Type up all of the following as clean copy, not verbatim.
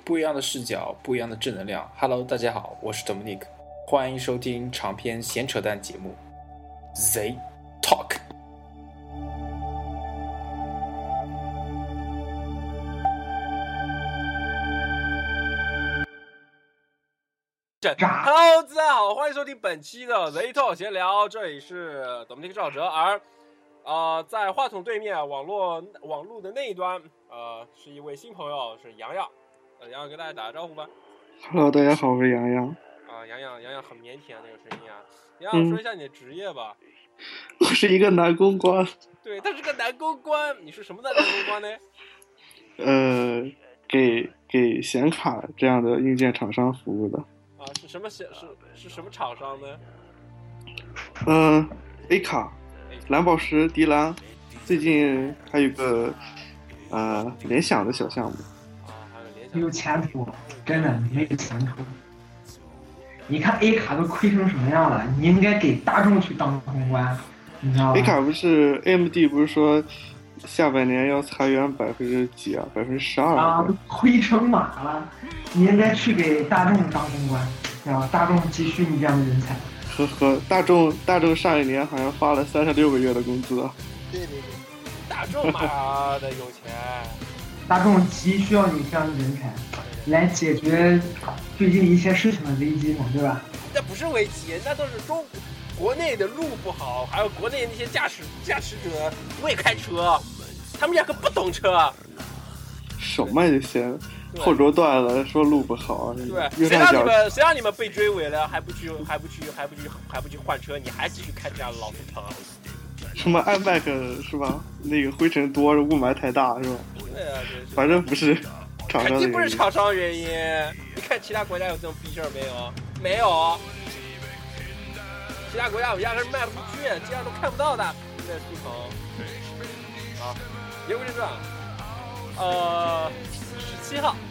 不一样的视角，不一样的正能量。Hello， 大家好，我是 Dominic， 欢迎收听长篇闲扯淡节目 Z Talk。Hello， 大家好，欢迎收听本期的 Z Talk 闲聊，这里是 Dominic 赵哲，而在话筒对面网络的那一端，是一位新朋友，是洋洋。洋洋跟大家打个招呼吧。 Hello， 大家好，我是洋洋。 洋洋很腼腆那个声音啊。洋洋说一下你的职业吧。 我是一个男公关。 对，他是个男公关。你是什么的男公关呢？ 给显卡这样的硬件厂商服务的。 是什么厂商呢 ？A 卡、蓝宝石、迪兰，最近还有个联想的小项目。 有前途，真的没有前途。你看 A 卡都亏成什么样了，你应该给大众去当公关，你知道吗 ？A 卡不是 AMD 不是说下半年要裁员几啊？12% 啊，都亏成马了。你应该去给大众当公关，知道吧？大众急需你这样的人才。 和大众上一年好像发了36个月的工资啊。 对，大众妈的有钱。 大众急需要你这样的人才来解决最近一些事情的危机嘛，对吧？ 那不是危机，那都是国内的路不好，还有国内那些驾驶者不会开车，他们压根不懂车。 手慢就行，后轴断了说路不好。 对，谁让你们被追尾了，还不去换车，你还继续开这样的老土棚。 什么 iMac 是吧？那个灰尘多，雾霾太大是吧？ 对啊， 反正不是厂商的原因。 肯定不是厂商原因。你看其他国家有这种逼事儿没有？没有。其他国家我压根卖不出去，这样都看不到的。在苏城。好，言归正传。17号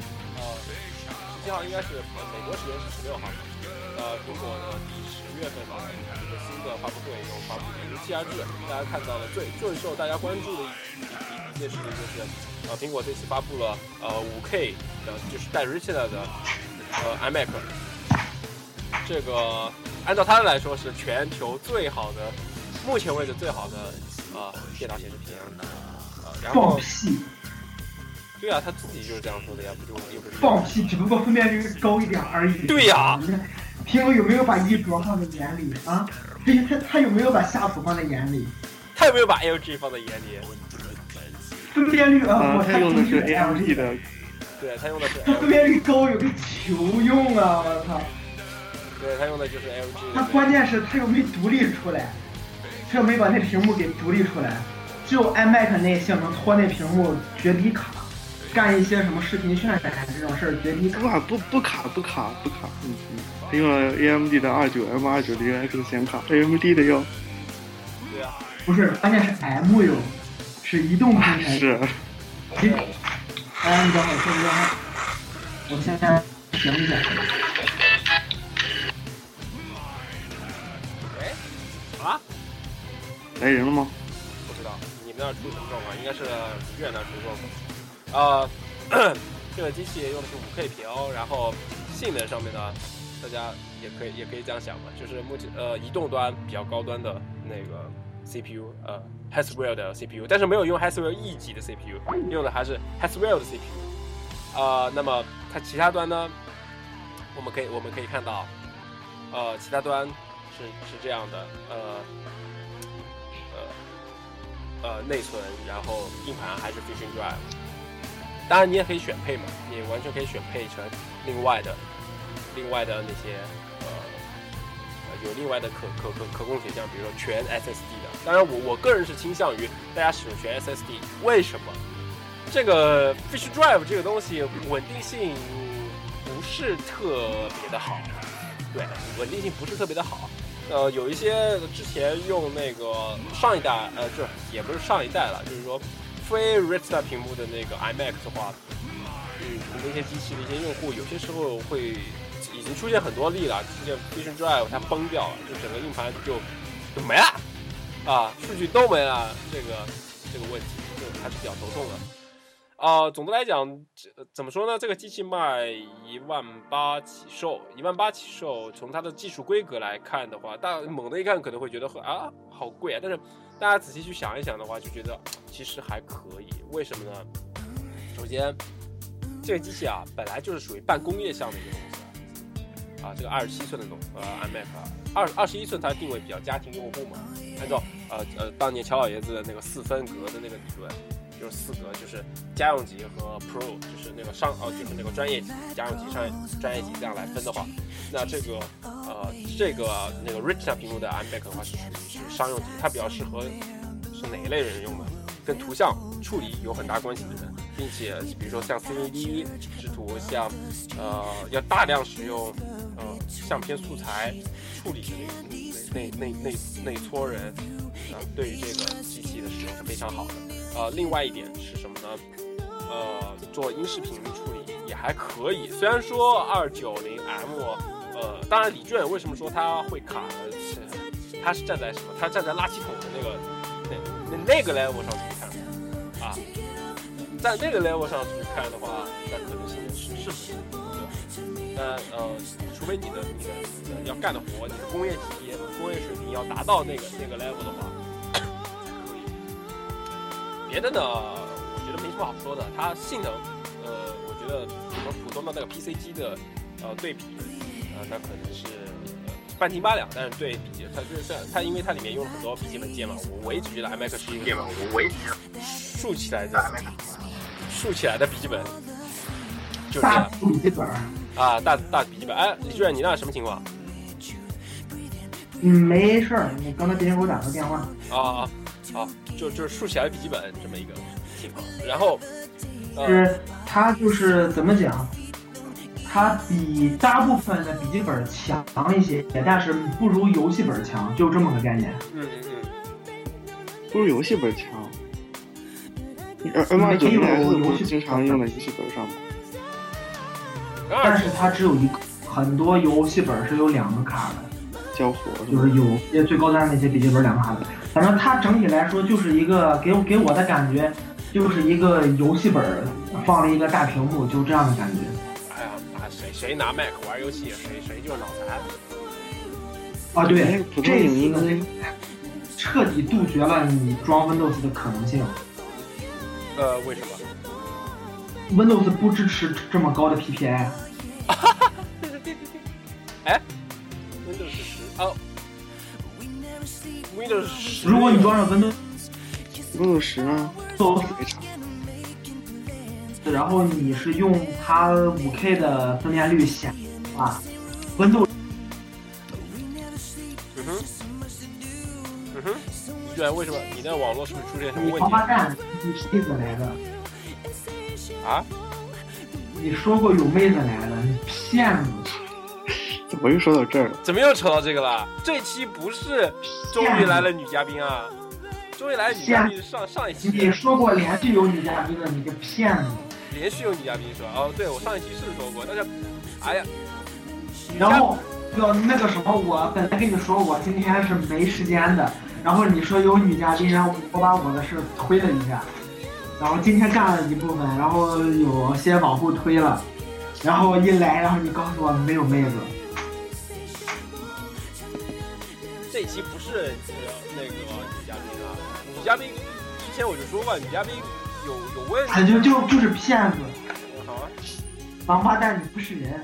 ，17号应该是美国时间是16号。苹果的第10月份的一个新的发布会又发布了7RG，大家看到了最受大家关注的一件事情就是，苹果这次发布了5K 的，就是带 Retina 的iMac。这个按照他来说是全球目前为止最好的电脑显示屏。然后放屁。 对啊，他自己就是这样说的呀，不就又不是放屁，只不过分辨率高一点而已。 对呀。 苹果有没有把衣着放在眼里啊？他有没有把下图放在眼里？ 他有没有把 LG 放在眼里？ 分辨率他用的是 AMD 的。 对，他用的是。 他分辨率高有个球用啊！我操。 对，他用的就是 LG。 他关键是他又没独立出来，他又没把那屏幕给独立出来，只有 iMac 那性能拖那屏幕绝逼卡。干一些什么视频渲染这种事儿，绝逼卡。 不卡。他用了 AMD 的29M290X 显卡 ，AMD 的用。 对啊。 不是，关键是 M 用，是移动平台。 是。 你等会儿，我现在停一下。 来人了吗？ 不知道，你们那儿出什么状况？应该是越南出状况。这个机器用的是5K 屏，然后性能上面呢，大家也可以这样想嘛，就是目前移动端比较高端的那个 CPU， Haswell 的 CPU， 但是没有用 Haswell E 级的 CPU， 用的还是 Haswell 的 CPU。那么它其他端呢，我们可以看到，其他端是这样的，内存，然后硬盘还是 Fusion Drive。当然你也可以选配嘛，你完全可以选配成另外的那些有另外的可供选项，比如说全 SSD 的。当然我个人是倾向于大家使用全 SSD， 为什么？这个 Fusion Drive 这个东西稳定性不是特别的好，对，稳定性不是特别的好。有一些之前用那个上一代，这也不是上一代了，就是说非 Retina 屏幕的那个 iMac 的话，那些机器的一些用户有些时候会已经出现很多例了，出现 Fusion Drive 它崩掉了，就整个硬盘就没了，数据都没了，这个问题就还是比较头痛的。 总的来讲，怎么说呢？这个机器卖18000起售，18000起售。从它的技术规格来看的话，大家猛的一看可能会觉得好贵啊。但是大家仔细去想一想的话，就觉得其实还可以。为什么呢？首先，这个机器啊，本来就是属于半工业向的一个东西啊。这个27寸的iMac 21寸它定位比较家庭用户嘛，按照当年乔老爷子的那个4分格的那个理论。就是4格，就是家用级和 Pro， 就是那个就是那个专业级、家用级、专业级这样来分的话，那这个那个 Retina 屏幕的 iMac 的话是商用级，它比较适合是哪一类人用的？跟图像处理有很大关系的人，并且比如说像 CAD 制图，像要大量使用相片素材处理的那一撮人，对于这个机器的使用是非常好的。另外一点是什么呢？做音视频处理也还可以。虽然说290M，当然李俊为什么说它会卡呢？它是站在什么？它站在垃圾桶的那个 level 上去看啊，在那个 level 上去看的话，那可能性是不是对？那除非你的要干的活，你的工业级别、工业水平要达到那个 level 的话。别的呢，我觉得没什么好说的。它性能，我觉得和普通的那个 PC 机的对比，那可能是半斤八两。但是对比它因为它里面用了很多笔记本键嘛，我一直觉得 iMac 是一个竖起来的笔记本，就是大笔记本啊，大笔记本。哎，李俊，你那什么情况？ 没事儿，你刚才别人给我打个电话。 好，就是竖起来的笔记本这么一个情况，然后是它就是怎么讲，它比大部分的笔记本强一些，但是不如游戏本强，就这么个概念。 不如游戏本强。289不是经常用在游戏本上吗？ 但是它只有很多游戏本是有2个卡的。 交火就是有些最高端的那些笔记本2个卡的，反正它整体来说就是一个给我的感觉就是一个游戏本放了一个大屏幕，就这样的感觉。 哎呀，谁拿 Mac 玩游戏，谁就是脑残。 啊，对，这次彻底杜绝了你装 Windows 的可能性。 为什么 ？Windows 不支持这么高的 PPI。 对。哎 ，Windows 10， 如果你装上 Windows 10呢， 然后你是用它5K 的分辨率显啊 ，Windows。 对，为什么你的网络是不是出现什么问题？ 王八蛋，你是妹子来的啊？ 你说过有妹子来的，你骗子！ 怎么又说到这儿了？ 怎么又扯到这个了？这期不是终于来了女嘉宾啊！终于来了女嘉宾是上一期。 你说过连续有女嘉宾的，你个骗子！ 连续有女嘉宾是吧？哦，对，我上一期是说过，但是，哎呀， 然后那个什么，我本来跟你说我今天是没时间的，然后你说有女嘉宾，然后我把我的事推了一下，然后今天干了一部分，然后有些往后推了，然后一来，然后你告诉我没有妹子。 这一期不是那个女嘉宾啊，女嘉宾之前我就说过，女嘉宾有问题， 就是骗子， 好啊， 王八蛋，你不是人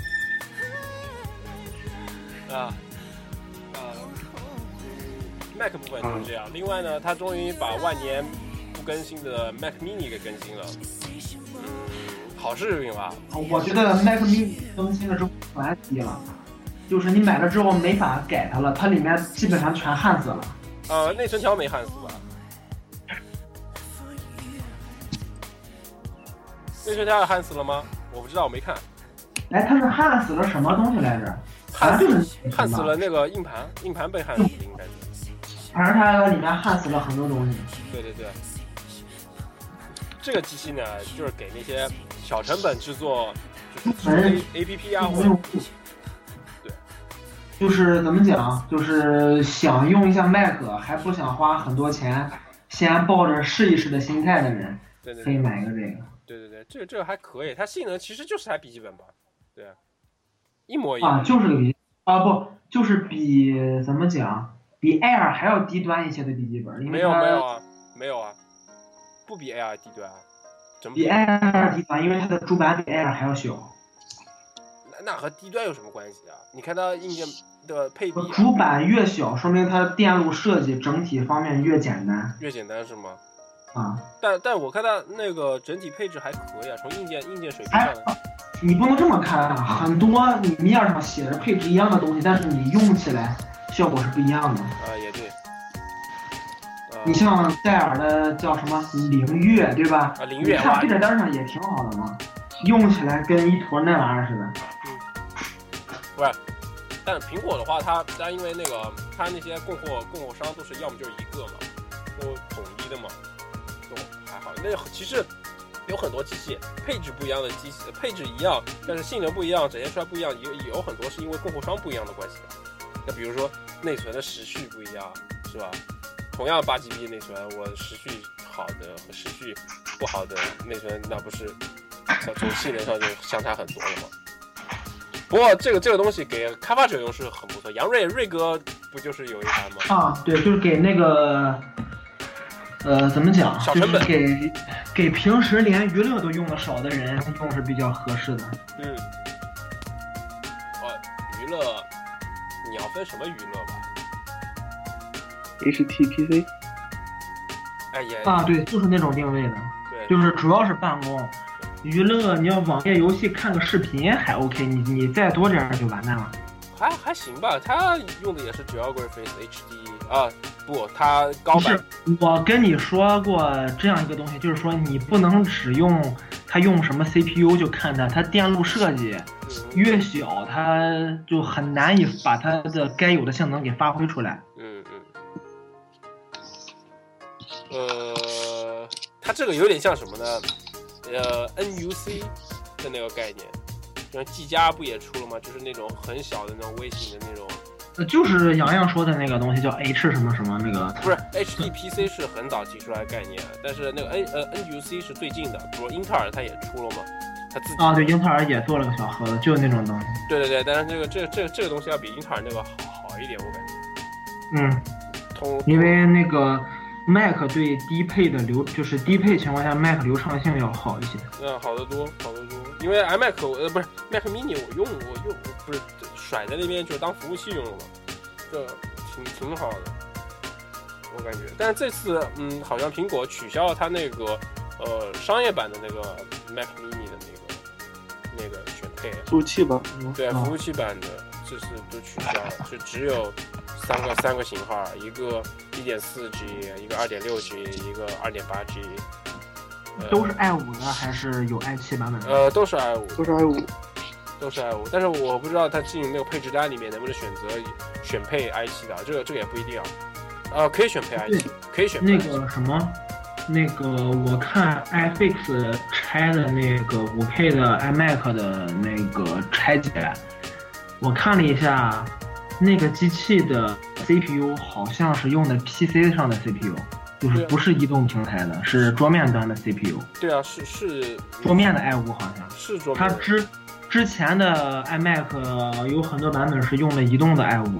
Mac 部分就是这样。另外呢，他终于把万年不更新的 Mac Mini 给更新了，好事情吧？ 我觉得 Mac Mini 更新了之后完低了。就是你买了之后没法改它了，它里面基本上全焊死了。 内存条没焊死吧？内存条也焊死了吗？我不知道，我没看。 哎，它是焊死了什么东西来着？ 焊死了那个硬盘被焊死了，应该是。 反正它里面焊死了很多东西。 对。这个机器呢，就是给那些小成本制作，就是 APP 啊，或者。 就是怎么讲，就是想用一下 Mac 还不想花很多钱，先抱着试一试的心态的人，可以买一个这个。 对，这个还可以，它性能其实就是台笔记本吧，对，一模一样啊，就是个笔不就是比怎么讲，比 Air 还要低端一些的笔记本，因为没有啊，不比 Air 低端啊，怎么比 Air 低端，因为它的主板比 Air 还要小。 那和低端有什么关系啊？你看它硬件的配比、 主板越小，说明它电路设计整体方面越简单。 越简单是吗？ 啊， 但我看它那个整体配置还可以啊，从硬件水平上来。 你不能这么看啊，很多你面上写着配置一样的东西，但是你用起来效果是不一样的。 也对。 你像戴尔的叫什么灵越，对吧？ 灵越， 你看配置单上也挺好的嘛，用起来跟一坨那玩意儿似的。 不是，但是苹果的话，它因为那个它那些供货商都是要么就是一个嘛，都统一的嘛，就还好。那其实有很多机器配置不一样的机器，配置一样，但是性能不一样，展现出来不一样，有很多是因为供货商不一样的关系的。那比如说内存的时序不一样，是吧？同样8GB 内存，我时序好的和时序不好的内存，那不是从性能上就相差很多了吗？不过这个东西给开发者用是很不错。杨瑞哥不就是有一台吗？ 啊，对，就是给那个怎么讲， 小成本， 就是给平时连娱乐都用的少的人用是比较合适的。 娱乐你要分什么娱乐吧 ？HTPC。 对，就是那种定位的， 对， 就是主要是办公。娱乐，你要网页游戏看个视频还 OK， 你再多点就完蛋了。 还行吧，他用的也是 Geographies HD 啊，不，他高版。 是，我跟你说过这样一个东西，就是说你不能只用它用什么 CPU 就看它电路设计越小，它就很难以把它的该有的性能给发挥出来。 它这个有点像什么呢？NUC 的那个概念，像技嘉不也出了吗？就是那种很小的那种微型的那种。 就是洋洋说的那个东西叫 H 什么什么那个。 不是 HDPC 是很早提出来的概念，但是那个NUC 是最近的，比如英特尔它也出了嘛，它自己对，英特尔也做了个小盒子，就是那种东西。 对，但是这个东西要比英特尔那个好一点，我感觉。 因为那个 Mac 对低配的就是低配情况下 Mac 流畅性要好一些。 好得多。因为 iMac 不是 Mac mini 我用不是甩在那边就当服务器用了嘛，这挺好的，我感觉。但是这次好像苹果取消了它那个商业版的那个 Mac mini 的那个选配服务器版。 对，服务器版的这次都取消了，就只有三个型号，一个 1.4G， 一个 2.6G， 一个 2.8G。 都是 i5 的还是有 i7 版本的？ 都是 i5， 都是 i5。 但是我不知道它进那个配置单里面能不能选配 i7 的，这个也不一定啊。可以选配 i7， 可以选配 i7。 那个什么，那个我看 iFix 拆的那个5K 的 iMac 的那个拆解，我看了一下，那个机器的 CPU 好像是用的 PC 上的 CPU。就是不是移动平台的，是桌面端的 CPU。 对啊，是桌面的 i5 好像是桌面。 它之前的 iMac 有很多版本是用的移动的 i5。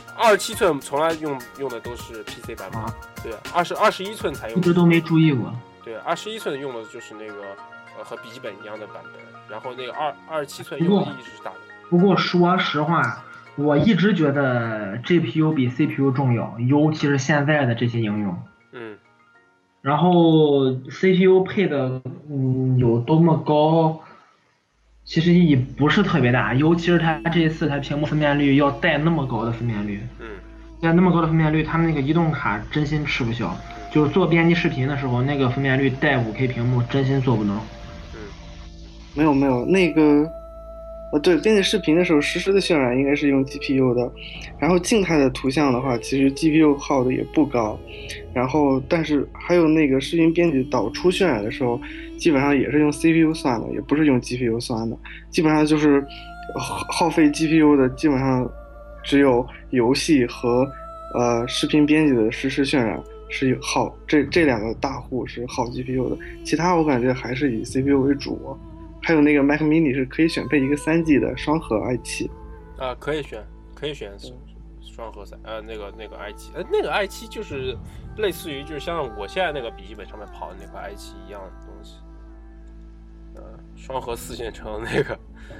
27寸从来用的都是 PC 版本。对，21寸才用。 一直都没注意过。 对，21寸用的就是那个和笔记本一样的版本，然后那个27寸用的意义是大的。 不过说实话，我一直觉得 GPU 比 CPU 重要，尤其是现在的这些应用。然后 CPU 配的有多么高，其实意义不是特别大，尤其是它这一次它屏幕分辨率要带那么高的分辨率，带那么高的分辨率，他们那个移动卡真心吃不消，就是做编辑视频的时候，那个分辨率带5K 屏幕真心做不到。 没有那个。对，编辑视频的时候，实时的渲染应该是用 GPU 的，然后静态的图像的话，其实 GPU 耗的也不高，然后但是还有那个视频编辑导出渲染的时候，基本上也是用 CPU 算的，也不是用 GPU 算的，基本上就是耗费 GPU 的，基本上只有游戏和视频编辑的实时渲染是好，这两个大户是好 GPU 的，其他我感觉还是以 CPU 为主。还有那个 Mac Mini 是可以选配一个3G 的双核 i7。 可以选双核那个 i7，那个 i7 就是类似于就是像我现在那个笔记本上面跑的那块 i7 一样的东西，双核4线程那个，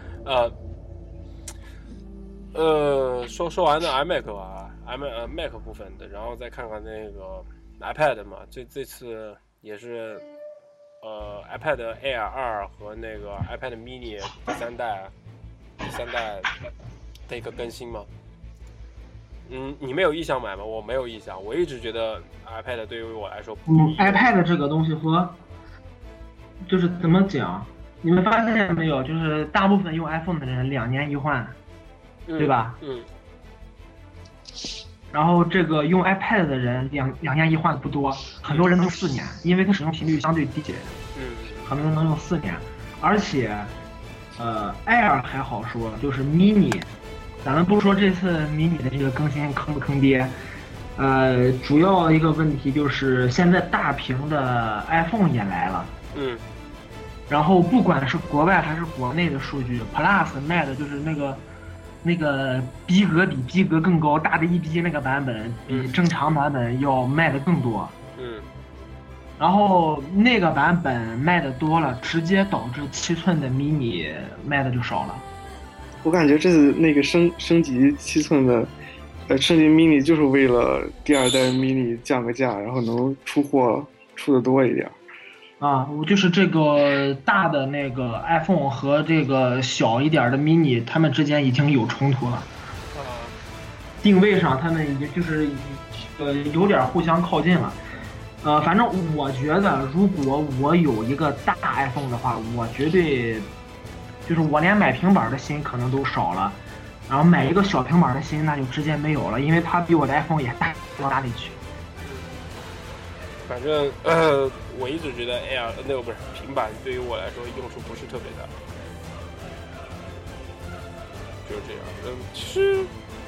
说完的 iMac 吧，Mac 部分的，然后再看看那个 iPad 嘛，这次也是iPad Air 2和那个 iPad Mini 第三代的一个更新嘛。你没有意向买吗？我没有意向，我一直觉得 iPad 对于我来说 ，iPad 这个东西和就是怎么讲，你们发现没有？就是大部分用 iPhone 的人2年一换，对吧？然后这个用 iPad 的人两年一换的不多，很多人能用4年，因为它使用频率相对低些。很多人能用4年，而且Air 还好说，就是 Mini。咱们不说这次迷你的这个更新坑不坑爹，主要一个问题就是现在大屏的 iPhone 也来了，然后不管是国外还是国内的数据 ，Plus 卖的就是那个逼格比逼格更高，大的一逼那个版本比正常版本要卖的更多，然后那个版本卖的多了，直接导致7寸的迷你卖的就少了。 我感觉这次那个升级7寸的，升级 mini 就是为了第2代 mini 降个价，然后能出货出的多一点。 我就是这个大的那个 iPhone 和这个小一点的 mini， 他们之间已经有冲突了。定位上他们已经就是有点互相靠近了。反正我觉得，如果我有一个大 iPhone 的话，我绝对。就是我连买平板的心可能都少了，然后买一个小平板的心那就直接没有了，因为它比我的 iPhone 也大不到哪里去。 反正我一直觉得 Air 那个不是平板对于我来说用处不是特别大，就是这样。其实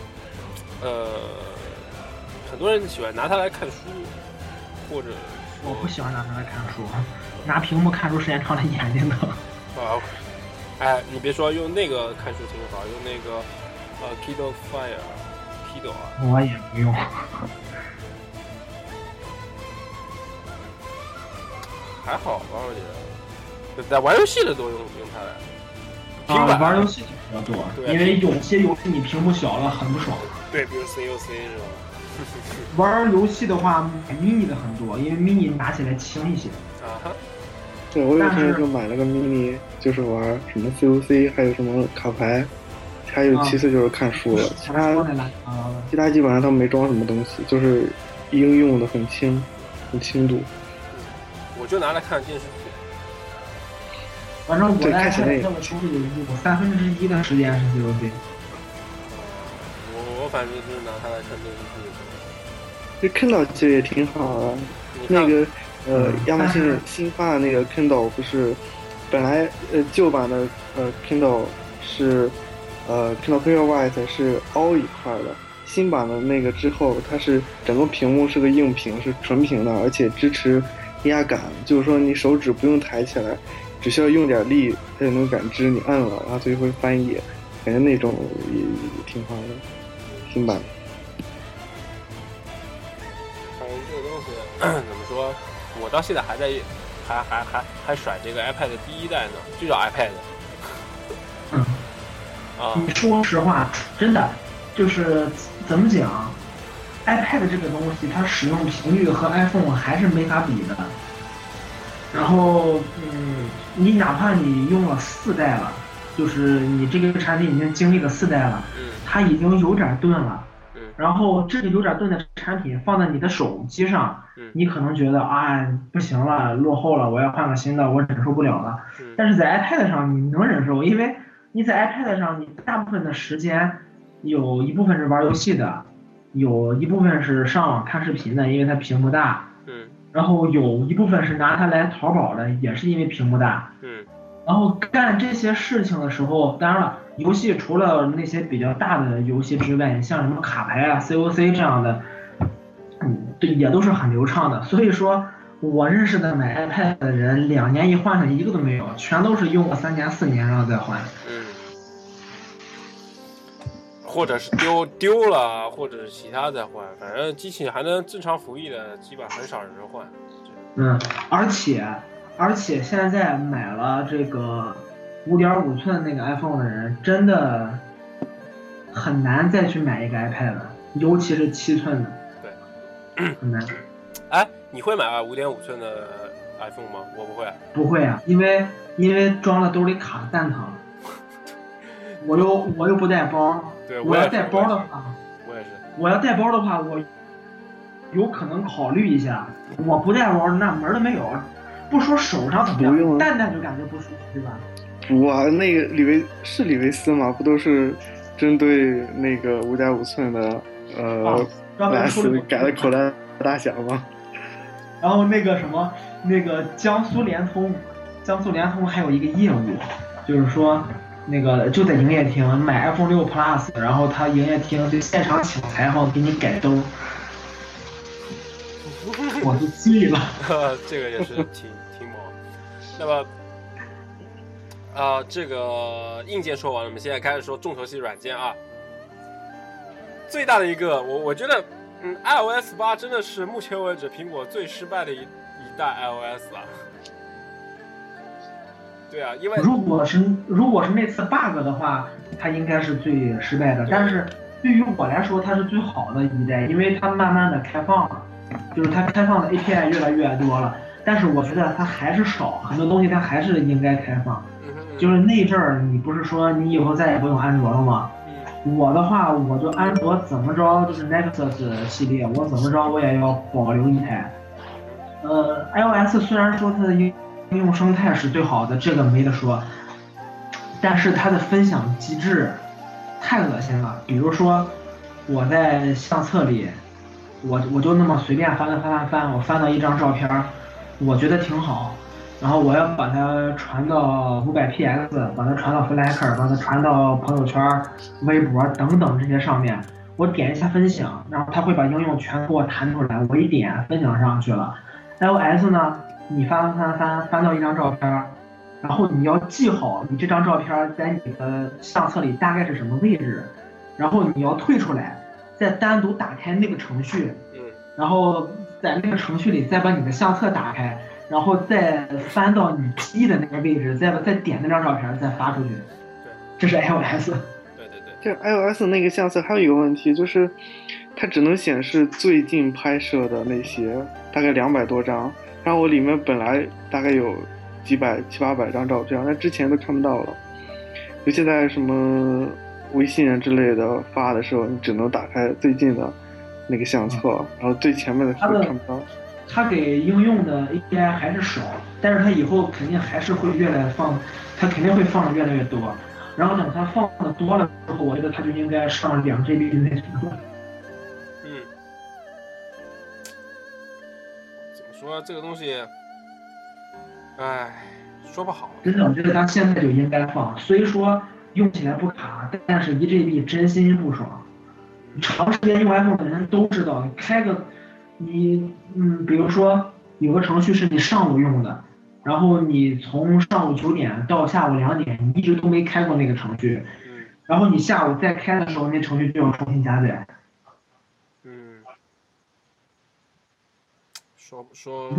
很多人喜欢拿它来看书，或者我不喜欢拿它来看书，拿屏幕看书时间长了眼睛疼。 你别说，用那个看书挺好，用那个Kindle Fire，Kindle 我也不用。 还好吧，我觉得。在玩游戏的都用它来。平板玩游戏比较多，因为有些游戏你屏幕小了很不爽。 对，比如 COC 是吧？ 玩游戏的话，买 mini 的很多，因为 mini 拿起来轻一些。 对，我有天就买了个 mini， 就是玩什么 COC， 还有什么卡牌，还有其次就是看书了，其他基本上都没装什么东西，就是应用的很轻度。 我就拿来看电视剧。 反正我在看这个书里有1/3的时间是 COC。 我反正就是拿它来看电视剧。 这 Kindle 其实也挺好的，那个。亚马逊新发的那个 Kindle 不是，本来旧版的Kindle 是Kindle Paperwhite 是凹一块的，新版的那个之后，它是整个屏幕是个硬屏，是纯平的，而且支持压感，就是说你手指不用抬起来，只需要用点力，它就能感知你按了，然后它就会翻页，感觉那种也挺好的，新版。 反正这个东西怎么说？我到现在还在，还甩这个 iPad 第1代呢，就叫 iPad。 你说实话，真的就是怎么讲 ，iPad 这个东西它使用频率和 iPhone 还是没法比的。然后，你哪怕你用了4代了，就是你这个产品已经经历了4代了，它已经有点钝了。然后这个有点钝的产品放在你的手机上，你可能觉得不行了，落后了，我要换个新的，我忍受不了了。但是在 iPad 上你能忍受，因为你在 iPad 上你大部分的时间有一部分是玩游戏的，有一部分是上网看视频的，因为它屏幕大，然后有一部分是拿它来淘宝的，也是因为屏幕大，然后干这些事情的时候，当然了，游戏除了那些比较大的游戏之外，像什么卡牌啊、COC 这样的， 对，也都是很流畅的。所以说我认识的买 iPad 的人，2年一换上一个都没有，全都是用个3年4年然后再换。 或者是丢了，或者是其他再换，反正机器还能正常服役的，基本很少人换。 而且现在买了这个5.5寸那个 iPhone 的人，真的很难再去买一个 iPad 了，尤其是7寸的。 对， 很难。 哎，你会买5.5寸的 iPhone 吗？我不会。 不会啊，因为装了兜里卡蛋疼，我又不带包。 对， 我要带包的话， 我也是。 我要带包的话，我有可能考虑一下。我不带包，那门都没有。不说手上怎么样，蛋蛋就感觉不舒服，对吧？ 不啊，那个李维斯嘛，不都是针对那个5.5寸的，OS 改了口袋大小吗？ 然后那个什么，那个江苏联通还有一个业务，就是说。那个就在营业厅买 iPhone 6 Plus， 然后他营业厅就现场请裁缝给你改兜，我就醉了。 这个也是挺猛。那么，这个硬件说完了，我们现在开始说重头戏软件啊。最大的一个，我觉得，iOS 8真的是目前为止苹果最失败的一代 iOS 了。对啊，因为如果是那次 bug 的话，它应该是最失败的。但是对于我来说，它是最好的一代，因为它慢慢的开放了，就是它开放的 API 越来越多了。但是我觉得它还是少，很多东西它还是应该开放。就是那阵儿，你不是说你以后再也不用安卓了吗？我的话，我就安卓怎么着就是 Nexus 系列，我怎么着我也要保留一台。iOS 虽然说它的应用生态是最好的，这个没得说，但是它的分享机制太恶心了。比如说我在相册里，我就那么随便翻，我翻到一张照片，我觉得挺好，然后我要把它传到500px， 把它传到 Flickr， 把它传到朋友圈、微博等等这些上面，我点一下分享，然后它会把应用全给我弹出来，我一点分享上去了。iOS 呢，你翻到一张照片，然后你要记好你这张照片在你的相册里大概是什么位置，然后你要退出来，再单独打开那个程序，然后在那个程序里再把你的相册打开，然后再翻到你 P 的那个位置，再点那张照片再发出去。这是 iOS。 对。 这 iOS 那个相册还有一个问题，就是它只能显示最近拍摄的那些，大概200多张。然后我里面本来大概有700、800张照片，那之前都看不到了。尤其在什么微信啊之类的发的时候，你只能打开最近的那个相册，然后最前面的是看不到。 它给应用的 API 还是少，但是它以后肯定还是会它肯定会放的越来越多。然后等它放的多了之后，我觉得它就应该上2GB 的内存了。 说这个东西，说不好。 真的，我觉得它现在就应该放。虽说用起来不卡，但是1GB 真心不爽。长时间用 iPhone 的人都知道，比如说有个程序是你上午用的，然后你从上午9点到下午2点，你一直都没开过那个程序，然后你下午再开的时候，那程序就要重新加载。 说，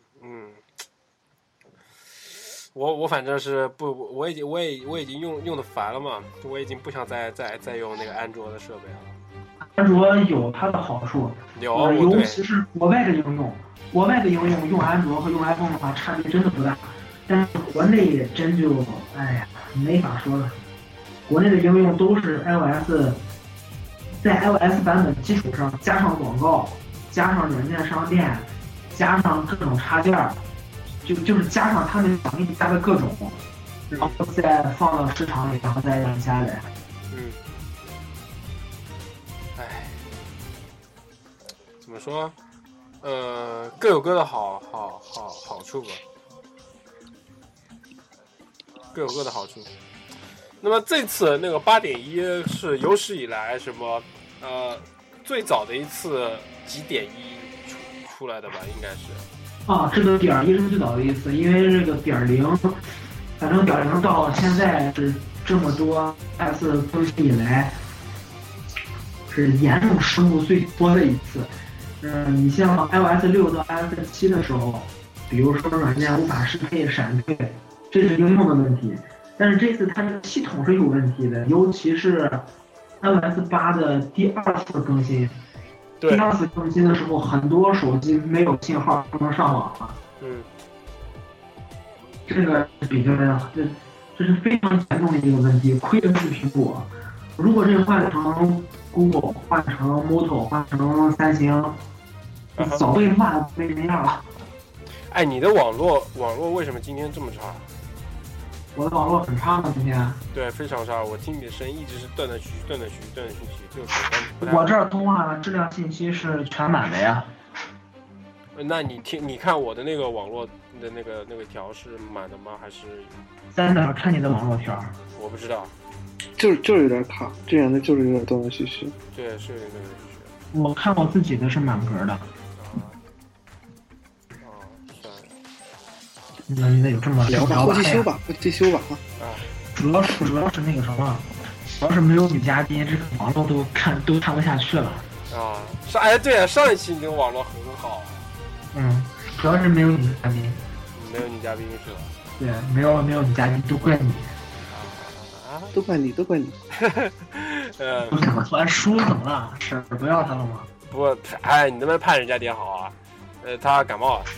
我反正是不，我已经用的烦了嘛，我已经不想再用那个安卓的设备了。 安卓有它的好处，尤其是国外的应用，用安卓和用 iPhone 的话差别真的不大，但是国内真就没法说了。国内的应用都是 iOS， 在 iOS 版本基础上加上广告，加上软件商店。加上各种插件，就是加上他们想给你加的各种，然后再放到市场里，然后再让你下载。 怎么说？各有各的好处吧，各有各的好处。那么这次那个8.1是有史以来什么最早的一次几点1 出来的吧，应该是。 啊，这个点1是最早的一次，因为这个点0，反正点0到现在是这么多 S 更新以来，是严重失误最多的一次。你像 iOS 6到 iOS 7的时候，比如说软件无法适配、闪退，这是应用的问题。但是这次它的系统是有问题的，尤其是 iOS 8的第2次更新。第2次更新的时候，很多手机没有信号，不能上网了。这个比较这是非常严重的一个问题，亏的是苹果。如果这个换成 Google、换成 Moto、换成三星，早被骂得没人样了。 哎，你的网络为什么今天这么差？ 我的网络很差吗？今天？ 对，非常差。我听你的声音一直是断断续续，就我这儿通话质量信息是全满的呀。 那你看我的那个网络的那个条是满的吗？还是在哪看你的网络条？ 我不知道， 就是有点卡，这样的就是有点断断续续。 对，是有点断断续续。 我看我自己的是满格的。那有这么聊吧，后期修吧。主要是那个什么，主要是没有女嘉宾，这个网络都看不下去了。 对啊，上一期你这个网络很好。 主要是没有女嘉宾。 没有女嘉宾是吧？ 对，没有女嘉宾，都怪你。 都怪你。 我怎么突然输怎么了？是不要他了吗？ 不，你能不能盼人家点好啊？他感冒了。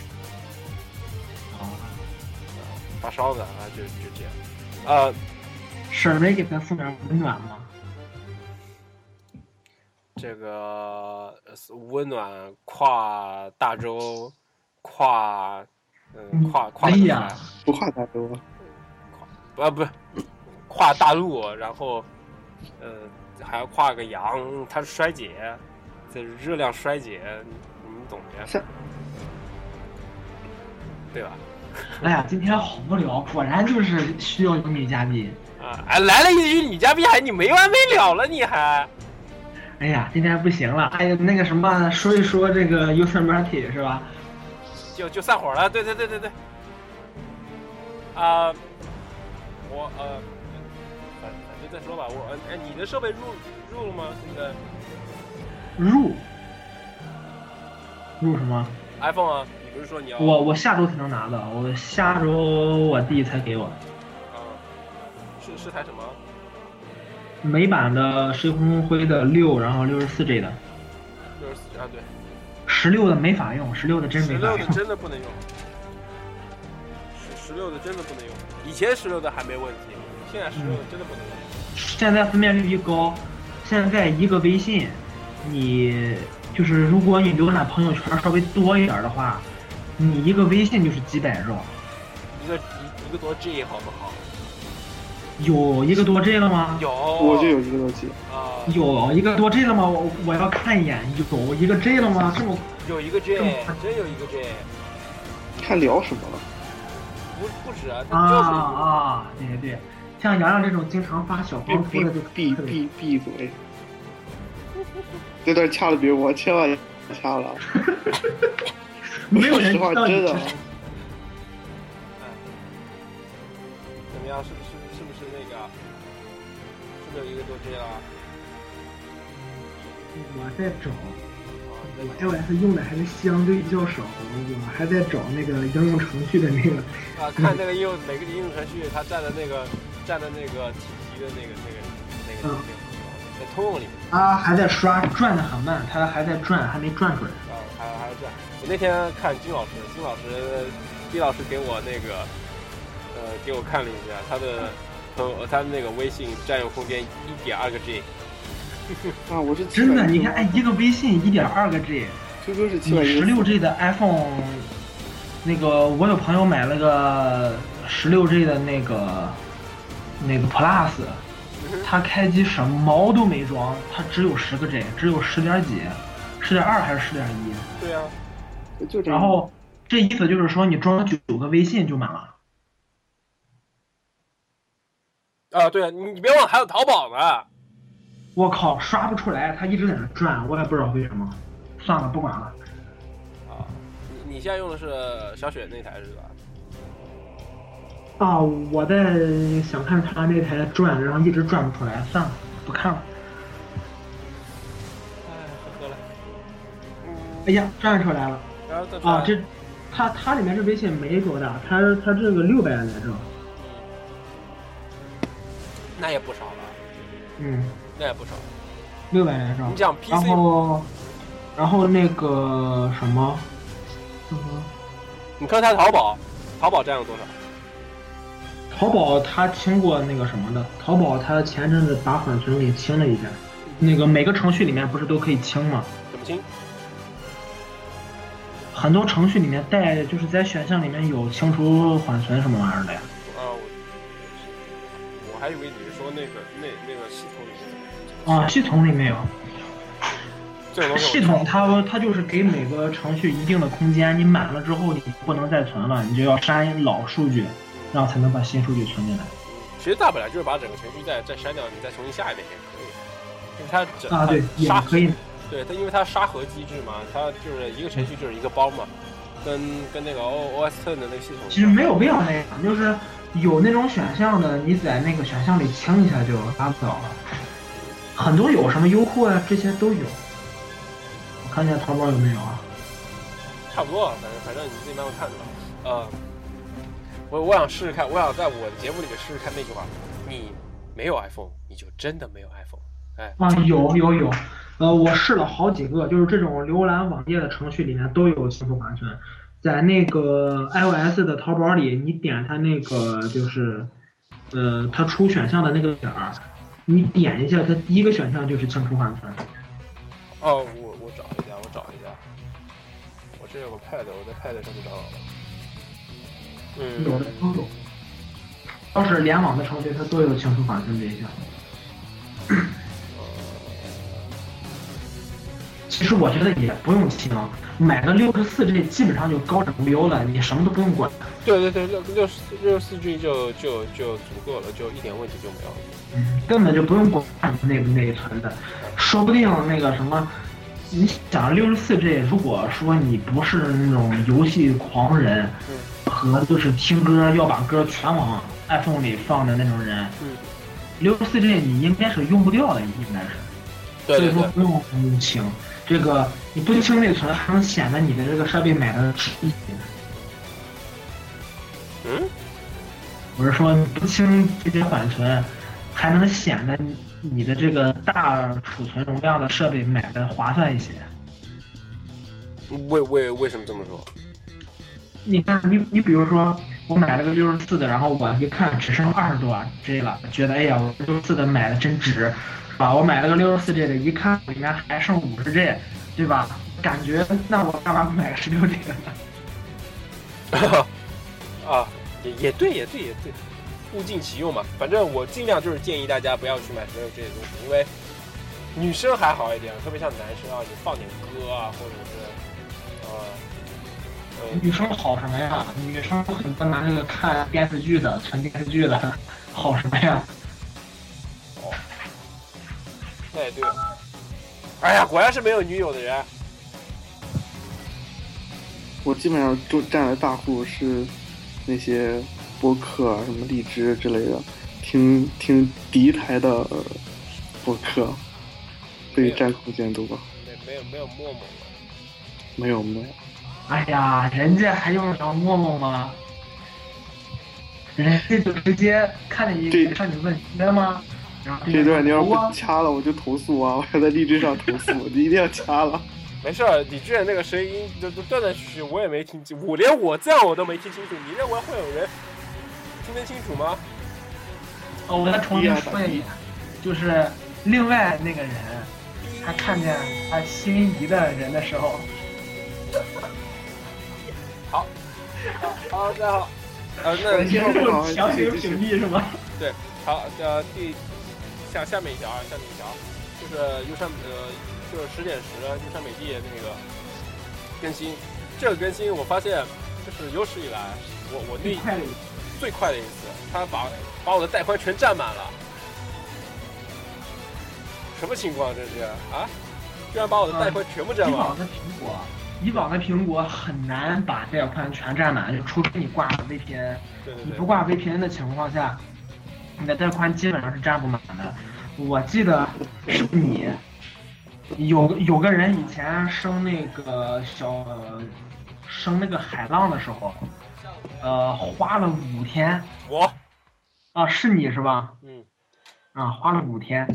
发烧的啊，就这样。 婶儿没给他送点温暖吗？ 这个温暖跨大洲，跨哎呀， 不跨大洲啊，不是跨大陆，然后还要跨个洋，它是衰竭，这热量衰竭，你懂的，对吧？ 哎呀，今天好无聊，果然就是需要有女嘉宾啊！来了一句女嘉宾，你没完没了了，你还？ 哎呀，今天不行了，哎呀，那个什么，说一说这个 Yosemite 是吧？ 就散伙了，对。我反正再说吧，你的设备入了吗？现在？ 入什么 ？iPhone 啊。不是说你要我下周才能拿的，我下周我弟才给我。 是台什么？ 美版的深红灰的6，然后64G 的。 64啊，对。 16的没法用，16的真没法用。 16的真的不能用。16的真的不能用。以前16的还没问题，现在16的真的不能用。 现在分辨率一高，现在一个微信，你就是如果你浏览朋友圈稍微多一点的话。你一个微信就是几百兆， 一个多 G 好不好？ 有一个多 G 了吗？ 有， 我就有一个多 G 啊。 有一个多 G 了吗？我要看一眼，有一个 G 了吗？这么有一个 G，真有一个 G。 看聊什么了？ 不止啊， 对，像洋洋这种经常发小黄图的就闭嘴。这段掐了别我，千万掐了。 没有人知道真的。 怎么样？是不是那个？是不是有一个多 G 了？ 我在找，我 iOS 用的还是相对较少，我还在找那个应用程序的那个。 看那个每个应用程序它占的那个体积的那个在通用里面。 它还在刷，转的很慢，它还在转，还没转出来。 还在转。我那天看丁老师给我那个，给我看了一下他的那个微信占用空间1.2个 G。 啊，我是真的，你看，一个微信1.2个 G，QQ 是 716G 的 iPhone， 那个我有朋友买了个16G 的那个 Plus， 他开机什么毛都没装，他只有10个 G， 只有10点几，10.2还是10.1？ 对啊。 然后这意思就是说，你装9个微信就满了。 啊，对啊，你别忘了还有淘宝呢。 我靠，刷不出来，他一直在那转，我也不知道为什么。算了，不管了。 你现在用的是小雪那台是吧？ 啊，我在想看他那台转，然后一直转不出来，算了，不看了。 哎，喝了。 哎呀，转出来了。 然后再啊，这它里面这微信没多大，它这个600来着。 那也不少了。 嗯， 那也不少。 600来着。 你讲 PC， 然后那个什么， 你看他淘宝占有多少？ 淘宝它清过那个什么的，淘宝它前阵子把缓存给清了一下，那个每个程序里面不是都可以清吗？ 怎么清？ 很多程序里面带就是在选项里面有清除缓存什么玩意儿的呀。 我还以为你是说那个系统里面。 啊，系统里没有。 这种东西系统它就是给每个程序一定的空间，你满了之后你不能再存了，你就要删老数据，然后才能把新数据存进来。 其实大不了就是把整个程序再删掉，你再重新下一遍也可以。因为它对也可以。 对它，因为它沙盒机制嘛，它就是一个程序就是一个包嘛，跟那个 OS X 的那个系统。 其实没有必要那样，就是有那种选项的，你在那个选项里清一下就拉倒了。很多有什么优酷啊，这些都有。我看一下淘宝有没有啊？ 差不多，反正你自己慢慢看着吧。我想试试看，我想在我的节目里面试试看那句话：你没有 iPhone， 你就真的没有 iPhone。哎， 啊，有，我试了好几个，就是这种浏览网页的程序里面都有清除缓存。在那个 iOS 的淘宝里，你点它那个就是，它出选项的那个点儿，你点一下，它第一个选项就是清除缓存。 哦，我找一下，我这有个 pad， 我在 pad 上面找到了。 有的都有，要是联网的程序，它都有清除缓存这一项。其实我觉得也不用清，买个64G 基本上就高枕无忧了，你什么都不用管。 对，64G 就足够了，就一点问题就没有了。 根本就不用管内存的，说不定那个什么，你想64G，如果说你不是那种游戏狂人，和就是听歌要把歌全往 iPhone 里放的那种人，64G 你应该是用不掉的，应该是。 对。 所以说不用清。这个你不清内存，还能显得你的这个设备买的值一些。我是说你不清这些缓存，还能显得你的这个大储存容量的设备买的划算一些。 为什么这么说？ 你看，你比如说，我买了个64的，然后我一看只剩20多 G 了，觉得哎呀，我64的买的真值。我买了个64G 的，一看里面还剩50G， 对吧？感觉那我干嘛不买个16G 的呢？也对，物尽其用嘛。反正我尽量就是建议大家不要去买16G的东西，因为女生还好一点，特别像男生啊，你放点歌啊，或者是女生好什么呀？女生很多拿这个看电视剧的、存电视剧的，好什么呀？ 那也对。哎呀，果然是没有女友的人。 我基本上就占了大户是那些播客啊，什么荔枝之类的，听敌台的播客，会占空间多。 没有陌陌吗？ 没有。 哎呀，人家还用得着陌陌吗？人家就直接看你让你问约吗？ 这段你要不掐了，我就投诉啊！我还在荔枝上投诉，你一定要掐了。 没事，你之前那个声音就断断续续，我也没听清，连我这样我都没听清楚。你认为会有人听得清楚吗？ 我再重新说一遍，就是另外那个人，他看见他心仪的人的时候， 好，大家好，那强行屏蔽是吗？ 对，好，下面一条，就是优山就是10.10优山美地那个更新，这个更新我发现就是有史以来我最快的一次，他把我的带宽全占满了，什么情况这是啊？居然把我的带宽全部占满了。 以往的苹果很难把带宽全占满，就除非你挂 VPN。你不挂 VPN 的情况下，你的带宽基本上是占不满的。我记得是你有个人以前升那个升那个海浪的时候，花了5天。 我啊，是你是吧？ 嗯。 啊，花了5天。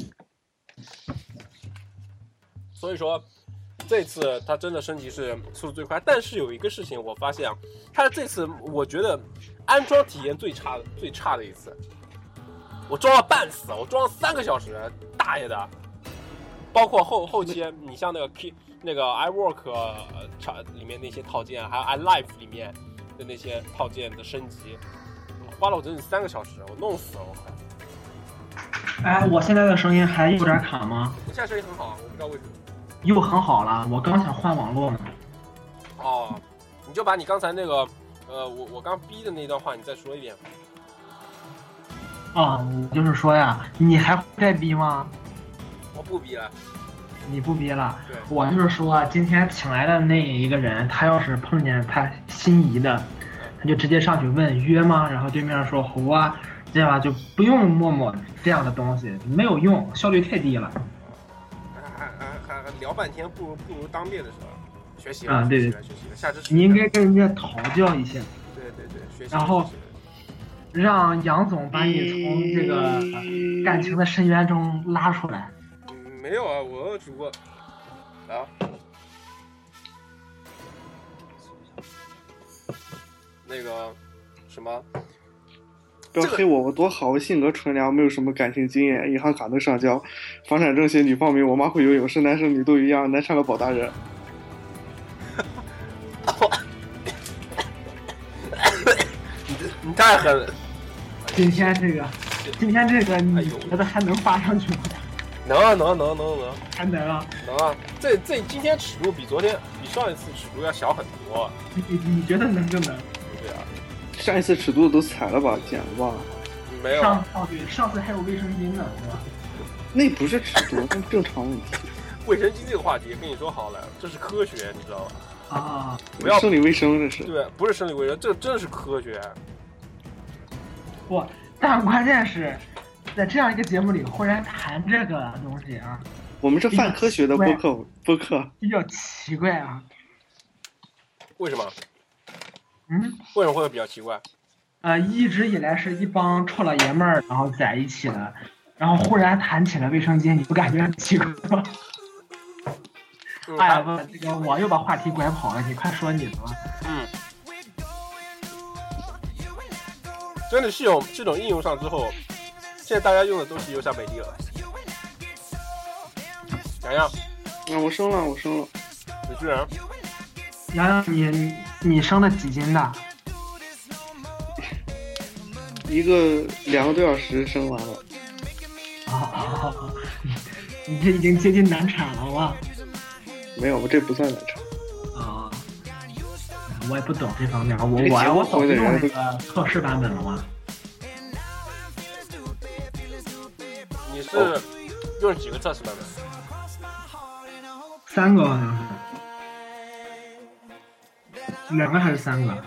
所以说。这次它真的升级是速度最快，但是有一个事情我发现啊，它这次我觉得安装体验最差的一次，我装了半死，我装了3个小时，大爷的！包括后期你像那个 iWork 里面那些套件，还有 iLife 里面的那些套件的升级，花了我整整3个小时，我弄死了我快。 哎，我现在的声音还有点卡吗？ 我现在声音很好，我不知道为什么。 又很好了，我刚想换网络呢。 哦，你就把你刚才那个，我刚逼的那段话，你再说一遍。 啊，我就是说呀，你还会再逼吗？ 我不逼了。 你不逼了？ 对。 我就是说，今天请来的那一个人，他要是碰见他心仪的，他就直接上去问约吗？然后对面说好啊，这样就不用陌陌这样的东西，没有用，效率太低了。 还聊半天，不如当面的时候学习了。 啊，对， 学习了，下次你应该跟人家讨教一下。 对，学习。 然后让杨总把你从这个感情的深渊中拉出来。 没有啊，我只不过啊，那个什么。 不要黑我，我多好，我性格纯良，没有什么感情经验，银行卡能上交，房产证写女报名，我妈会游泳，是男生女都一样，难缠个保大人。 你太狠了！ 今天这个，你觉得还能发上去吗？ 能， 还能啊！ 能啊！这今天尺度比上一次尺度要小很多。 你觉得能就能？ 对啊。 上一次尺度都踩了吧，剪了吧？ 没有。 对，上次还有卫生巾呢，是吧？ 那不是尺度，那正常问题。 卫生巾这个话题跟你说好了，这是科学，你知道吧？ 啊， 不要生理卫生，这是。 对，不是生理卫生，这真是科学。 不，但关键是在这样一个节目里忽然谈这个东西啊。 我们是泛科学的播客， 比较奇怪啊。 为什么？为什么会比较奇怪？ 一直以来是一帮臭老爷们儿，然后在一起的，然后忽然谈起了卫生巾，你不感觉很奇怪吗？哎呀，不，这个我又把话题拐跑了，你快说你的吧。 真的是有这种应用上之后，现在大家用的都是优夏美的了。洋洋， 我生了。 你居然？ 洋洋，你生了几斤的 ？1个2个多小时生完了。 你这已经接近难产了吧？ 没有，我这不算难产。 啊，我也不懂这方面，我早就用那个测试版本了吗？ 你是用几个测试版本 ？3个好像是，2个还是3个？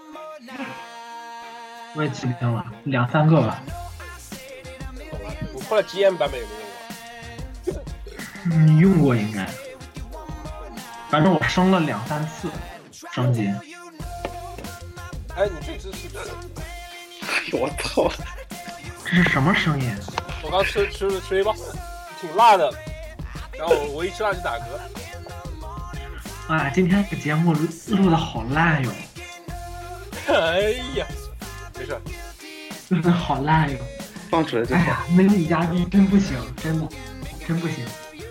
我也记不清了，2、3个吧。 我后来 GM 版本有没有用过？ 你用过应该。反正我升了2、3次升级。 哎，你这只是…… 哎呦我操！ 这是什么声音？ 我刚吃一包，挺辣的，然后我一吃辣就打嗝。 啊，今天这个节目录的好烂哟！ 哎呀，没事， 录的好烂哟！ 放出来就好。 哎呀，没你嘉宾真不行，真不行。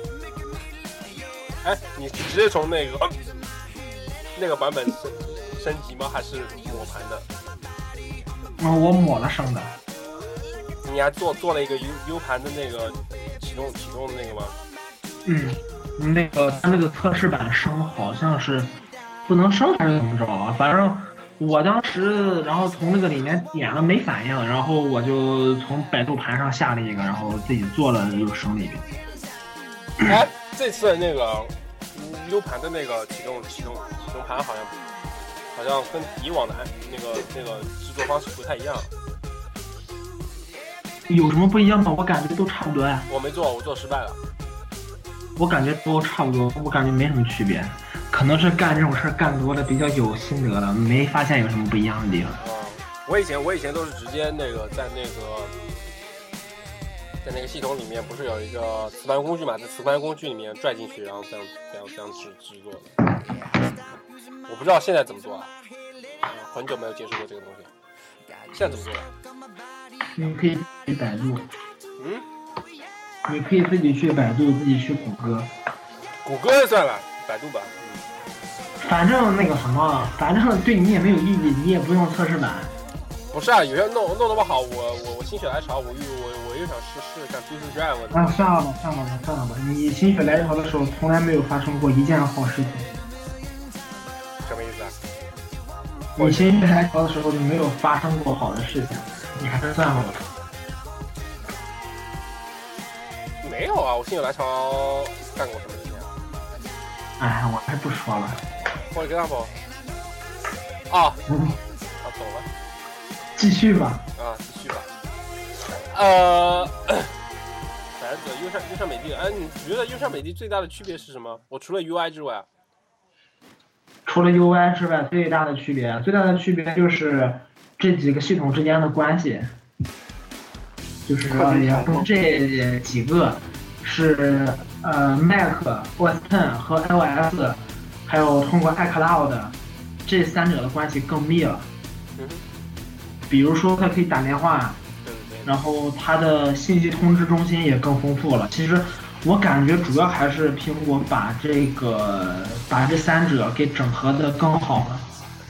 哎，你直接从那个版本升级吗？还是抹盘的？ 我抹了升的。 你还做了一个 U 盘的那个启动的那个吗？ 那个它那个测试版升好像是不能升还是怎么着啊？反正我当时然后从那个里面点了没反应，然后我就从百度盘上下了一个，然后自己做了又升了一遍。 哎，这次那个 U 盘的那个启动盘好像跟以往的那个制作方式不太一样。 有什么不一样吗？我感觉都差不多呀。 我没做，我做失败了。 我感觉都差不多，我感觉没什么区别。可能是干这种事干多了，比较有心得了，没发现有什么不一样的地方。 我以前都是直接在那个系统里面不是有一个磁盘工具嘛，在磁盘工具里面拽进去，然后这样制作的。我不知道现在怎么做啊，很久没有接触过这个东西。现在怎么做？ 你可以去百度。你可以自己去百度，自己去谷歌。 谷歌算了，百度吧。 反正那个什么，反正对你也没有意义，你也不用测试版。 不是啊，有些弄得不好，我心血来潮，我又想试看 Fusion Drive。 啊，算了吧，你心血来潮的时候，从来没有发生过一件好事情。 什么意思啊？ 你心血来潮的时候就没有发生过好的事情，你还是算了吧。 没有啊，我心血来潮干过什么事情？ 哎，我还不说了。 For example。懂了。 继续吧。 继续吧。反正优胜美地，你觉得优胜美地最大的区别是什么？我除了 UI 之外。 除了 UI 之外，最大的区别就是这几个系统之间的关系。就是这几个是Mac OS X 和 iOS， 还有通过 iCloud 这三者的关系更密了。比如说它可以打电话，然后它的信息通知中心也更丰富了。其实我感觉主要还是苹果把这三者给整合的更好了。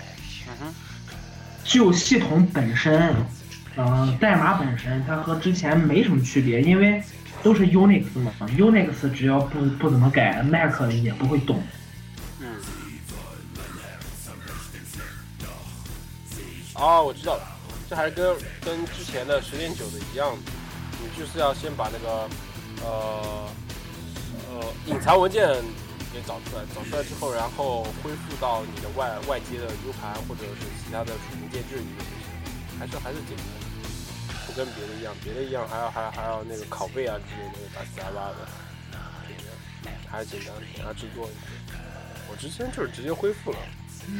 就系统本身。代码本身它和之前没什么区别，因为都是 Unix 嘛 ，Unix 只要不怎么改 ，Mac 也不会动。 我知道了，这还是跟之前的10.9的一样的，你就是要先把那个隐藏文件给找出来之后，然后恢复到你的外接的 U 盘或者是其他的储存介质里面，还是简单的。不跟别的一样，还要那个拷贝啊之类的乱七八糟的，还是简单给它制作一下。我之前就是直接恢复了。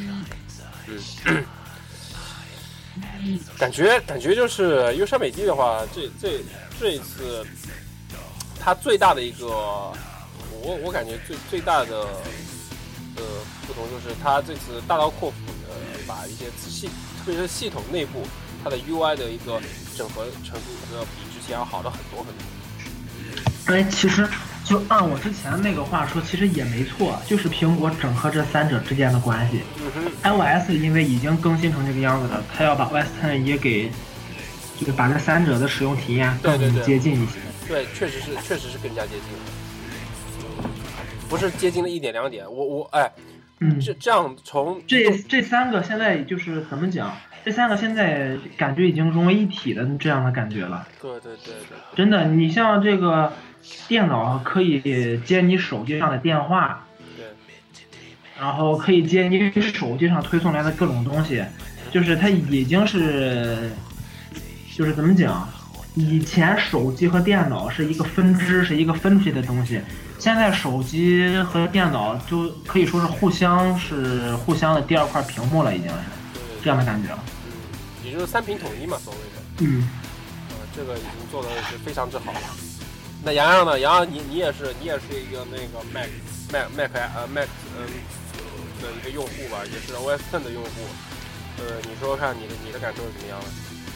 感觉就是优胜美地的话，这一次它最大的一个，我感觉最大的不同就是它这次大刀阔斧的把一些特别是系统内部它的 UI 的一个整合程度比之前要好了很多。 其实就按我之前那个话说，其实也没错，就是苹果整合这三者之间的关系。iOS 因为已经更新成这个样子了，它要把 OS X 也给，就是把这三者的使用体验更接近一些。 对，确实是更加接近，不是接近了1点2点。这样从这三个现在就是怎么讲？这三个现在感觉已经融为一体的这样的感觉了。 对， 真的，你像这个电脑可以接你手机上的电话， 对， 然后可以接你手机上推送来的各种东西，就是它已经是，就是怎么讲？以前手机和电脑是一个分支，是一个分出去的东西，现在手机和电脑就可以说是互相的第二块屏幕了，已经是这样的感觉了。 也就是3屏统一嘛，所谓的。这个已经做的是非常之好了。那洋洋呢？洋洋，你也是一个那个 Mac 的一个用户吧，也是 OS X 的用户。你说说看你的感受是怎么样的？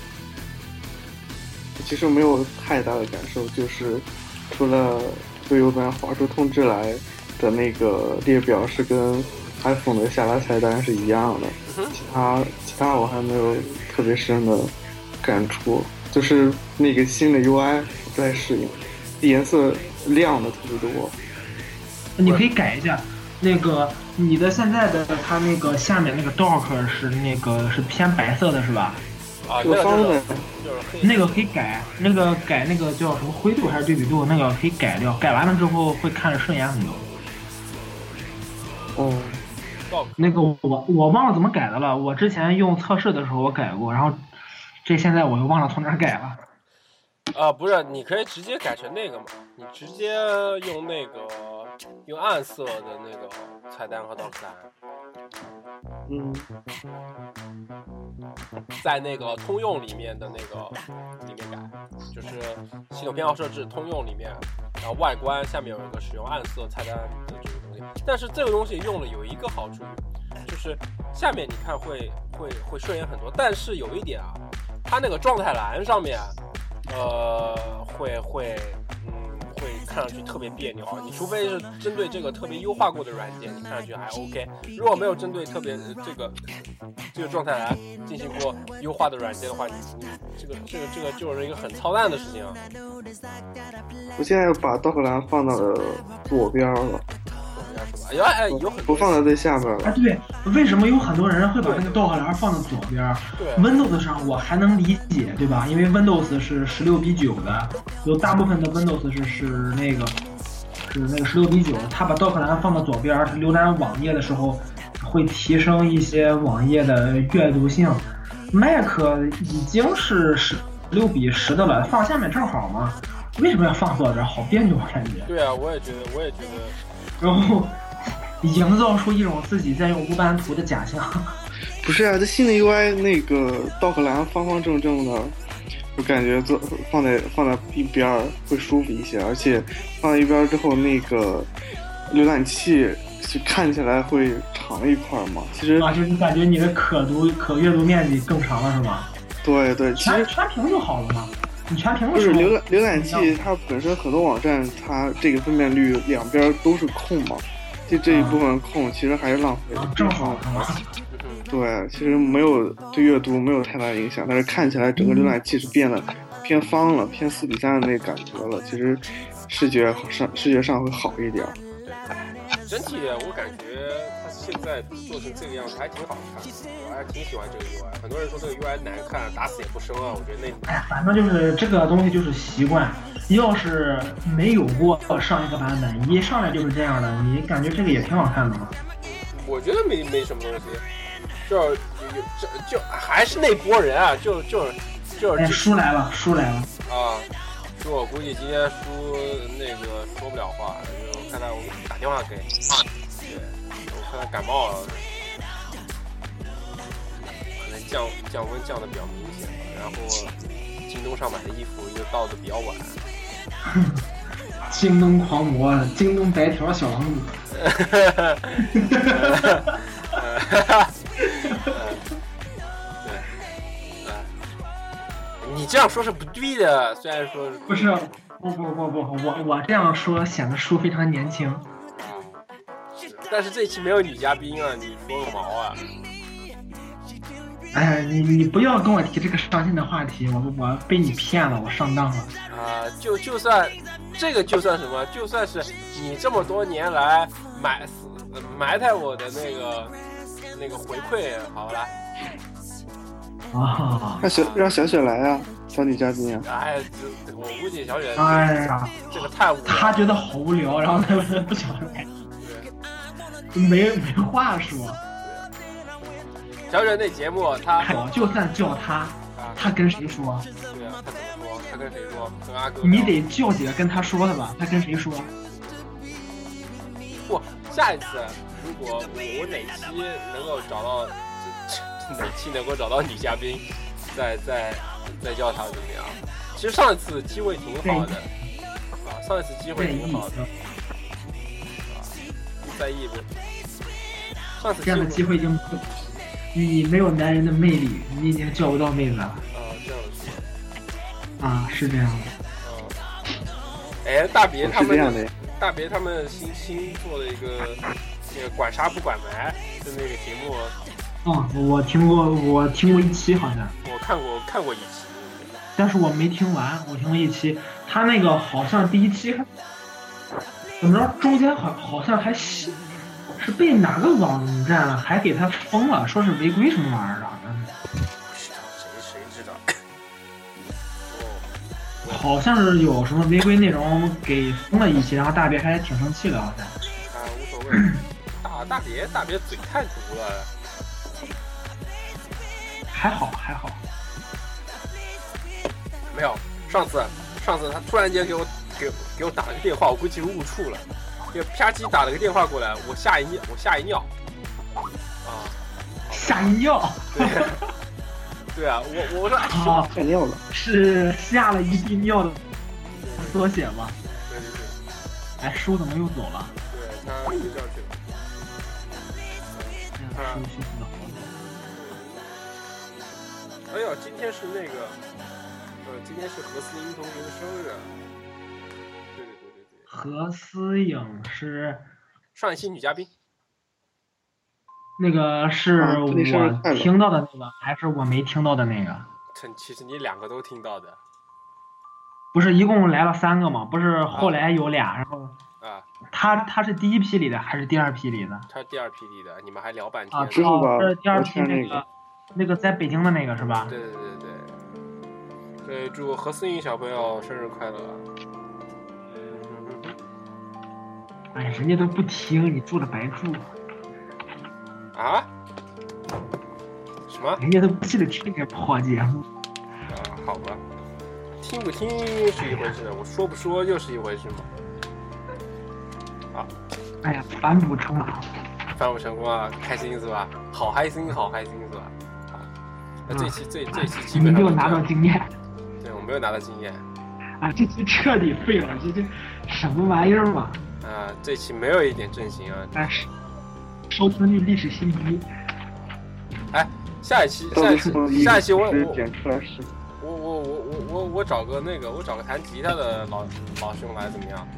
其实没有太大的感受，就是除了对右端划出通知来的那个列表是跟 iPhone 的下拉菜单是一样的，其他我还没有特别深的感触，就是那个新的 UI 不太适应，颜色亮的特别多。 你可以改一下，那个你的现在的它那个下面那个 dock 是偏白色的是吧？ 这个方的那个可以改，那个叫什么灰度还是对比度，那个可以改掉，改完了之后会看着顺眼很多。 哦， 那个我忘了怎么改的了，我之前用测试的时候我改过，然后这现在我又忘了从哪儿改了。 不是，你可以直接改成那个嘛，你直接用那个用暗色的那个菜单和 doc 栏，在那个通用里面的那个里面改，就是系统编号设置通用里面，然后外观下面有一个使用暗色菜单的这个东西。但是这个东西用了有一个好处，就是下面你看会顺眼很多，但是有一点啊，它那个状态栏上面。会看上去特别别扭啊！你除非是针对这个特别优化过的软件，你看上去还 OK。如果没有针对特别这个状态栏进行过优化的软件的话，你这个就是一个很操蛋的事情啊！ 我现在把doc栏放到了左边了。 有很多不放在最下边了。 对，为什么有很多人会把那个doc栏放到左边？ 对 ，Windows 上我还能理解，对吧？因为 Windows 是16:9的，有大部分的 Windows 是那个16:9，它把doc栏放到左边，它浏览网页的时候会提升一些网页的阅读性。Mac 已经是16:10的了，放下面正好嘛？为什么要放左边？好别扭，我感觉。 对啊，我也觉得。 然后营造出一种自己在用无版图的假象。 不是啊，这新的 UI 那个doc栏方方正正的，我感觉放在一边会舒服一些，而且放在一边之后，那个浏览器就看起来会长一块嘛。其实就是感觉你的可阅读面积更长了，是吗？ 对，其实全屏就好了嘛。你全屏的时候，就是浏览器它本身很多网站它这个分辨率两边都是空嘛，就这一部分空其实还是浪费的。 正好。 对，其实没有对阅读没有太大影响，但是看起来整个浏览器是变得偏方了，偏4:3的那个感觉了。其实视觉上会好一点。 整体我感觉它现在做成这个样子还挺好看的，我还挺喜欢这个 UI。很多人说这个 UI 难看，打死也不生啊。我觉得反正就是这个东西就是习惯，要是没有过上一个版本，一上来就是这样的，你感觉这个也挺好看的吗？ 我觉得没什么东西，就还是那波人啊，就是书来了啊！书我估计今天书那个说不了话，就看他我打电话给，对，我看他感冒了，可能降温降的比较明显了，然后京东上买的衣服又到的比较晚。 京东狂魔，京东白条小王子。 你这样说是不对的，虽然说不是，不，我这样说显得书非常年轻。 但是这一期没有女嘉宾啊，你说个毛啊！ 哎呀，你不要跟我提这个伤心的话题，我被你骗了，我上当了。 就算这个就算什么，就算是你这么多年来埋汰我的那个回馈，好了。 让小雪来啊，找女嘉宾啊！ 哎，我估计小雪， 哎呀， 这个太无聊， 他觉得好无聊，然后他不想来，没话说。 小雪那节目，他就算叫他，他跟谁说？ 对啊，他怎么说？他跟谁说？跟阿哥。 你得叫几个跟他说的吧？他跟谁说？ 不，下一次如果我哪期能够找到。哪期能够找到女嘉宾，再叫她怎么样？其实上一次机会挺好的，上一次机会挺好的，不在意不？上次这样的机会已经，你没有男人的魅力，你已经叫不到妹子了。 这样子。 是这样的。 哎，大别他们新做的一个那个管杀不管埋的那个节目。 我听过一期，好像我看过一期， 但是我没听完，我听过一期。他那个好像第一期怎么着，中间好像还是被哪个网站了，还给他封了，说是违规什么玩意儿的。 谁知道？ 好像是有什么违规内容给封了一期，然后大别还挺生气的，好像。 无所谓。 啊，大别嘴太毒了。 还好。 没有，上次他突然间给我打了个电话，我估计是误触了，就啪叽打了个电话过来，我吓一尿。啊， 吓一尿。 对啊，我说吓尿了， 是吓了一滴尿的缩写吗？ 对。 哎，叔怎么又走了？ 对，他睡觉去了。 叔休息的好。 哎呦，今天是今天是何思莹同学的生日。对。 何思颖是上一期女嘉宾。 那个是我听到的那个，还是我没听到的那个？ 其实你两个都听到的。 不是，一共来了3个吗？不是，后来有俩，然后他是第一批里的还是第二批里的？ 他是第二批里的，你们还聊半天。 啊，知道吧？是第二批那个在北京的那个是吧？ 对。所以祝何思颖小朋友生日快乐。 哎，人家都不听，你住了白住。 啊？什么？ 人家都不记得听这破节目。 好吧，听不听是一回事，我说不说又是一回事嘛。好。 哎呀，反哺成功。 反哺成功啊，开心是吧？好开心是吧？好，那这期基本上你没有拿到经验。 对，我没有拿到经验。 啊，这期彻底废了，这什么玩意儿嘛？ 啊，这期没有一点阵型啊。 但是收听率历史新低。 哎，下一期我找个弹吉他的老兄来怎么样？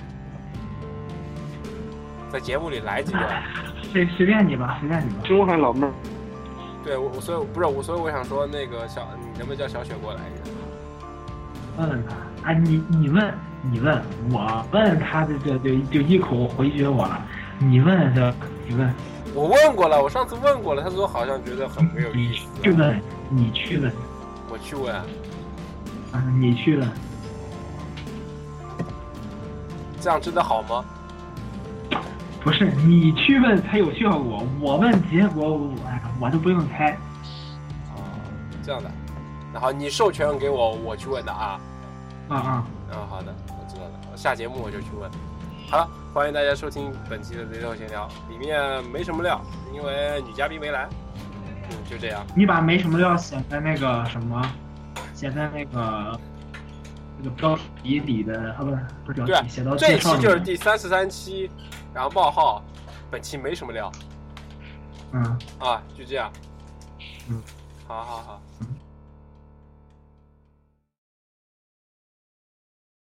在节目里来几段。 随便你吧。 中海老妹儿。 对，所以我想说那个你能不能叫小雪过来一下？ 问问他啊，你问我问他就一口回绝我了。你问。 我问过了，我上次问过了，他说好像觉得很没有意思。 你去问。 我去问。 啊，你去问。 这样真的好吗？ 不是，你去问才有效果，我问结果我都不用猜。 哦，这样的。然后你授权给我去问的啊。好的，我知道了。下节目我就去问。好了，欢迎大家收听本期的贼头闲聊，里面没什么料，因为女嘉宾没来。就这样。你把没什么料写在那个什么，写在那个标题里的啊，不是标题，写到这一期就是第33期，然后冒号，本期没什么料。就这样。 嗯， 好。